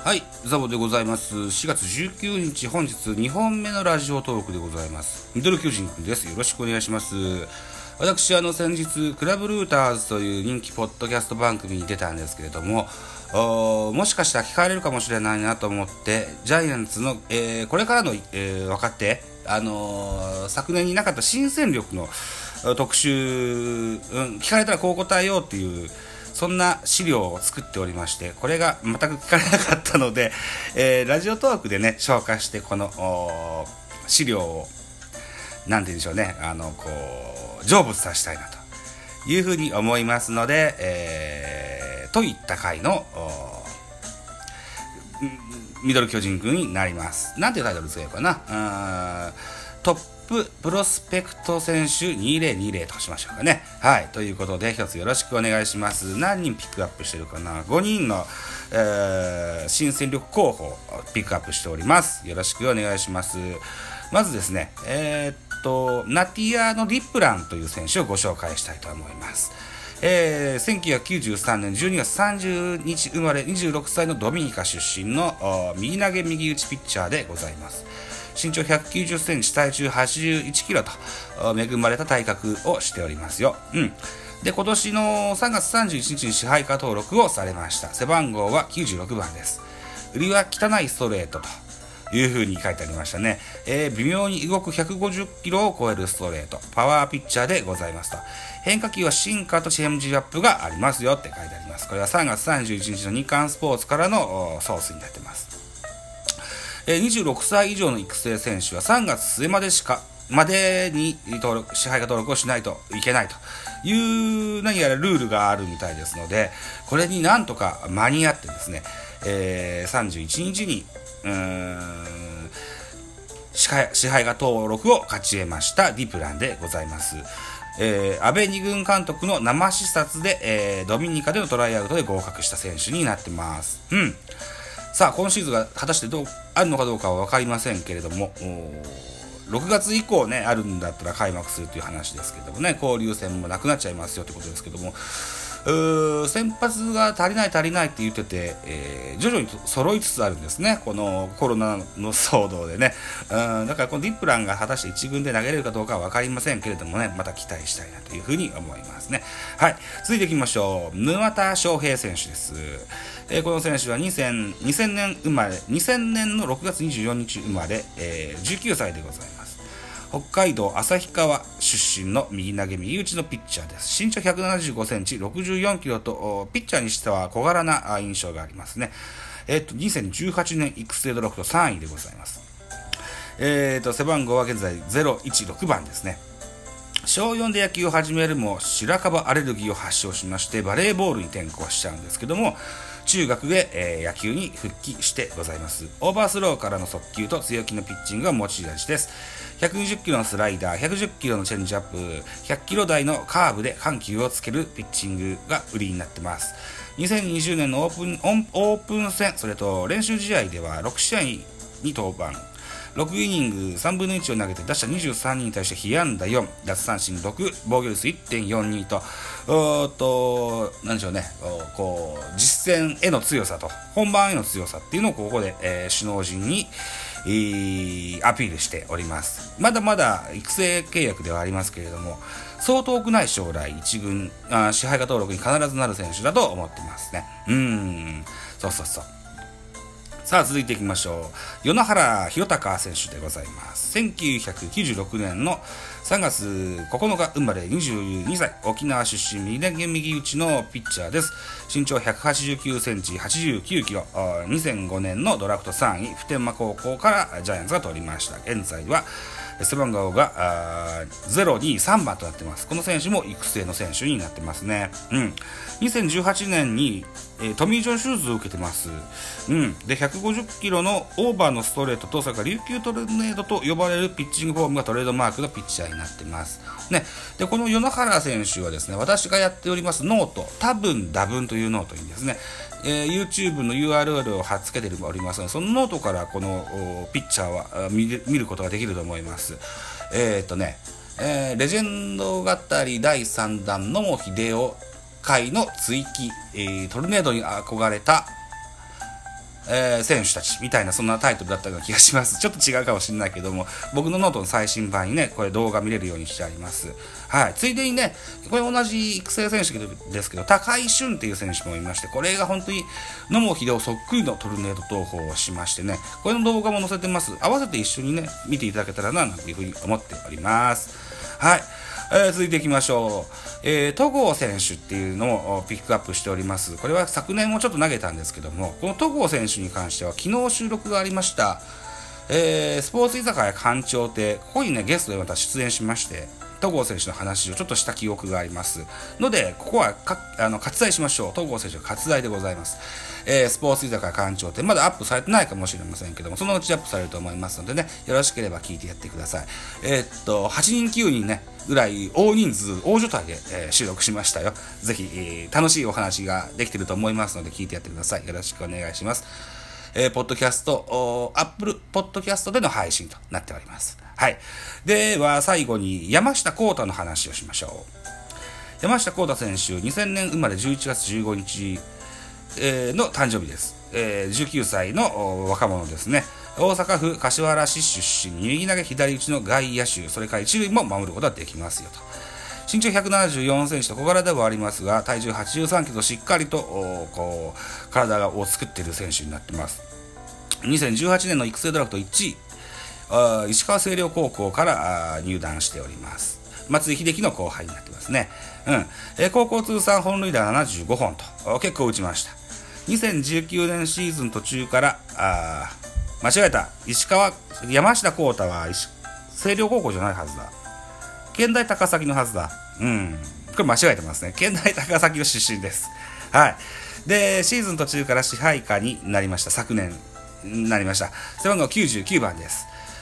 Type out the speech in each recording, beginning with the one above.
はい、ザボでございます。4月19日、本日2本目のラジオトークでございます。ミドル巨人くんです。よろしくお願いします。私、先日、クラブルーターズという人気ポッドキャスト番組に出たんですけれども、もしかしたら聞かれるかもしれないなと思って、ジャイアンツの、これからの、若手、昨年になかった新戦力の特集、聞かれたらこう答えようっていう、そんな資料を作っておりまして、これが全く聞かれなかったので、ラジオトークでね、紹介して、この資料を、なんて言うんでしょうね、成仏させたいなというふうに思いますので、といった回のミドル巨人軍になります。なんていうタイトルつけようかな。トッププロスペクト選手2020としましょうかね。はい。ということで、一つよろしくお願いします。何人ピックアップしてるかな ?5 人の、新戦力候補をピックアップしております。よろしくお願いします。まずですね、ナティアのディプランという選手をご紹介したいと思います。1993年12月30日生まれ26歳のドミニカ出身の右投げ右打ちピッチャーでございます。身長190センチ、体重81キロと恵まれた体格をしておりますよ。で、今年の3月31日に支配下登録をされました。背番号は96番です。売りは汚いストレートという風に書いてありましたね。微妙に動く150キロを超えるストレート、パワーピッチャーでございますと。変化球はシンカーとチェンジアップがありますよって書いてあります。これは3月31日の日刊スポーツからのソースになっています。26歳以上の育成選手は3月末までに支配下登録をしないといけないという何やらルールがあるみたいですので、これになんとか間に合ってですね、31日に支配下登録を勝ち得ましたディプランでございます。安倍二軍監督の生視察で、ドミニカでのトライアウトで合格した選手になってます。さあ、今シーズンが果たしてあるのかどうかは分かりませんけれども、6月以降ね、あるんだったら開幕するという話ですけれどもね、交流戦もなくなっちゃいますよということですけども、先発が足りないって言ってて、徐々に揃いつつあるんですね、このコロナの騒動でね。だからこのディプランが果たして1軍で投げれるかどうかは分かりませんけれどもね、また期待したいなというふうに思いますね。はい、続いていきましょう。沼田翔平選手です。この選手は2000年生まれ、2000年の6月24日生まれ、19歳でございます。北海道旭川出身の右投げ右打ちのピッチャーです。身長175センチ、64キロと、ピッチャーにしては小柄な印象がありますね。2018年育成ドラフト3位でございます。背番号は現在016番ですね。小4で野球を始めるも白樺アレルギーを発症しまして、バレーボールに転向しちゃうんですけども、中学で、野球に復帰してございます。オーバースローからの速球と強気のピッチングが持ち味です。120キロのスライダー、110キロのチェンジアップ、100キロ台のカーブで緩急をつけるピッチングが売りになってます。2020年のオープン戦、それと練習試合では6試合に登板。6イニング3分の1を投げて打者23人に対して被安打4、奪三振6、防御率 1.42 と、なんでしょうね、実戦への強さと本番への強さっていうのをここで、首脳陣にアピールしております。まだまだ育成契約ではありますけれども、そう遠くない将来1軍支配下登録に必ずなる選手だと思ってますね。そう。さあ、続いていきましょう。米原弘隆選手でございます。1996年の3月9日生まれ22歳、沖縄出身右投げ右打ちのピッチャーです。身長189センチ、89キロ、2005年のドラフト3位、普天間高校からジャイアンツが取りました。現在は背番号が023番となっています。この選手も育成の選手になってますね。2018年に、トミー・ジョン手術を受けてます。で、150キロのオーバーのストレートと、それから琉球トルネードと呼ばれるピッチングフォームがトレードマークのピッチャーになってますね。で、この米原選手はですね、私がやっておりますノート、多分多分というノートにですね、YouTube の URL を貼っ付けておりますので、そのノートからこのピッチャーは見ることができると思います。レジェンド語り第3弾野茂英雄会の追記、トルネードに憧れた選手たちみたいな、そんなタイトルだったような気がします。ちょっと違うかもしれないけども、僕のノートの最新版にね、これ動画見れるようにしてあります。はい。ついでにね、これ同じ育成選手ですけど、高井俊っていう選手もいまして、これが本当に野茂英雄そっくりのトルネード投法をしましてね、これの動画も載せてます。合わせて一緒にね、見ていただけたらな、なんていうふうに思っております。はい。続いていきましょう。戸郷選手っていうのをピックアップしております。これは昨年もちょっと投げたんですけども、この戸郷選手に関しては昨日収録がありました、スポーツ居酒屋館長亭、ここにねゲストでまた出演しまして、戸郷選手の話をちょっとした記憶がありますので、ここは割愛しましょう。戸郷選手の割愛でございます。スポーツ居酒屋館長亭、まだアップされてないかもしれませんけども、そのうちアップされると思いますのでね、よろしければ聞いてやってください。8人9人ねぐらい大人数大所帯で、収録しましたよ。ぜひ、楽しいお話ができていると思いますので聞いてやってください。よろしくお願いします。ポッドキャスト、アップルポッドキャストでの配信となっております。はい。では最後に山下幸太の話をしましょう。山下幸太選手、2000年生まれ11月15日、の誕生日です。19歳の若者ですね。大阪府柏原市出身、右投げ左打ちの外野手、それから一塁も守ることができますよと。身長174センチと小柄ではありますが、体重83キロとしっかりとこう体を作っている選手になっています。2018年の育成ドラフト1位、石川星稜高校から入団しております。松井秀喜の後輩になってますね。高校通算本塁打75本と結構打ちました。2019年シーズン途中から間違えた、山下幸太は星稜高校じゃないはずだ。県大高崎のはずだ。これ間違えてますね。県大高崎の出身です。はい。で、シーズン途中から支配下になりました。昨年になりました。背番号99番です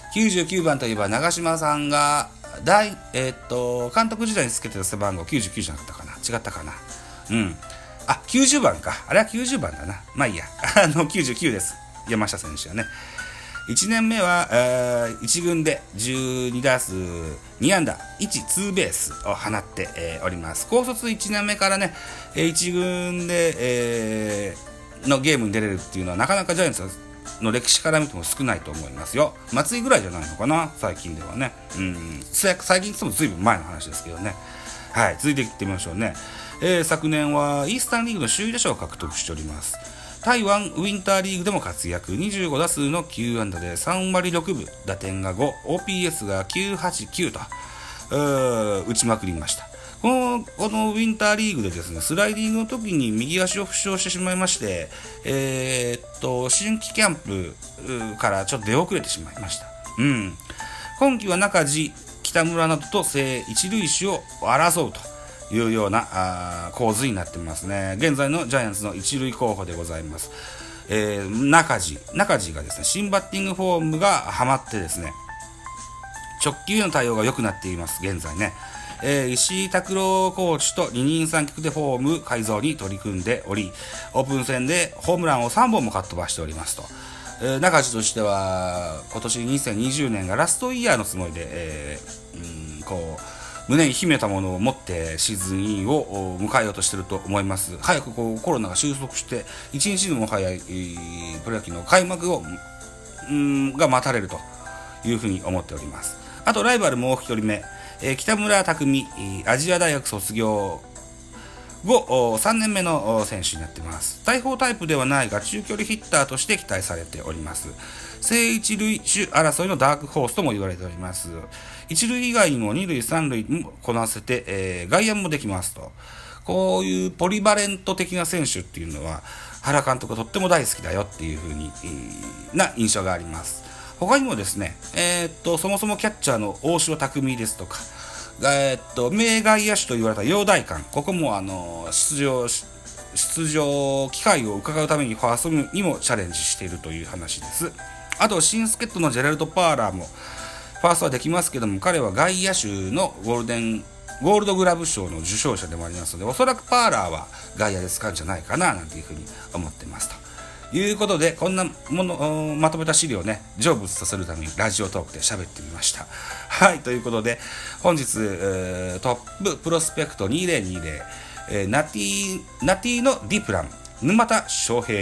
。99番といえば長嶋さんが監督時代につけてた背番号99じゃなかったかな、違ったかな。90番か。あれは90番だな。まあいいや。99です。山下選手はね。1年目は、1軍で12打数2安打1ツーベースを放って、おります。高卒1年目からね、1軍で、のゲームに出れるっていうのはなかなかジャイアンツの歴史から見ても少ないと思いますよ。松井ぐらいじゃないのかな、最近ではね。最近ともずいぶん前の話ですけどね。はい、続いていってみましょうね。昨年はイースタンリーグの首位打者を獲得しております。台湾ウィンターリーグでも活躍、25打数の9安打で3割6分、打点が5、OPS が989と打ちまくりました。このウィンターリーグでですね、スライディングの時に右足を負傷してしまいまして、春季キャンプからちょっと出遅れてしまいました。今季は中地、北村などと正一塁手を争うというような構図になってますね。現在のジャイアンツの一塁候補でございます。中地がですね、新バッティングフォームがはまってですね、直球への対応が良くなっています。現在ね、石井拓郎コーチと二人三脚でフォーム改造に取り組んでおり、オープン戦でホームランを3本もかっ飛ばしておりますと。中地としては今年2020年がラストイヤーのつもりで、胸に秘めたものを持ってシーズンインを迎えようとしていると思います。早くコロナが収束して一日でも早いプロ野球の開幕が待たれるというふうに思っております。あとライバルもう一人目、北村匠海、アジア大学卒業後3年目の選手になっています。大砲タイプではないが中距離ヒッターとして期待されております。正一塁手争いのダークホースとも言われております。一塁以外にも二塁三塁もこなせて、外野もできますと。こういうポリバレント的な選手っていうのは原監督がとっても大好きだよっていう風にな印象があります。他にもですね、そもそもキャッチャーの大城匠海ですとか、名外野手と言われた陽大館、ここも出場機会を伺うためにファーストにもチャレンジしているという話です。あと新助っ人のジェラルド・パーラーもファーストはできますけども、彼は外野手のゴールドグラブ賞の受賞者でもありますので、おそらくパーラーは外野で使うんじゃないかななんていうふうに思ってますということで、こんなものまとめた資料をね成仏させるためにラジオトークで喋ってみました。はい、ということで本日、トッププロスペクト2020、ナティのディプラン沼田翔平、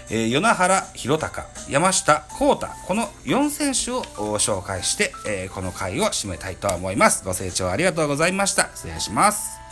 与那原弘隆、山下幸太、この4選手を紹介して、この回を締めたいと思います。ご清聴ありがとうございました。失礼します。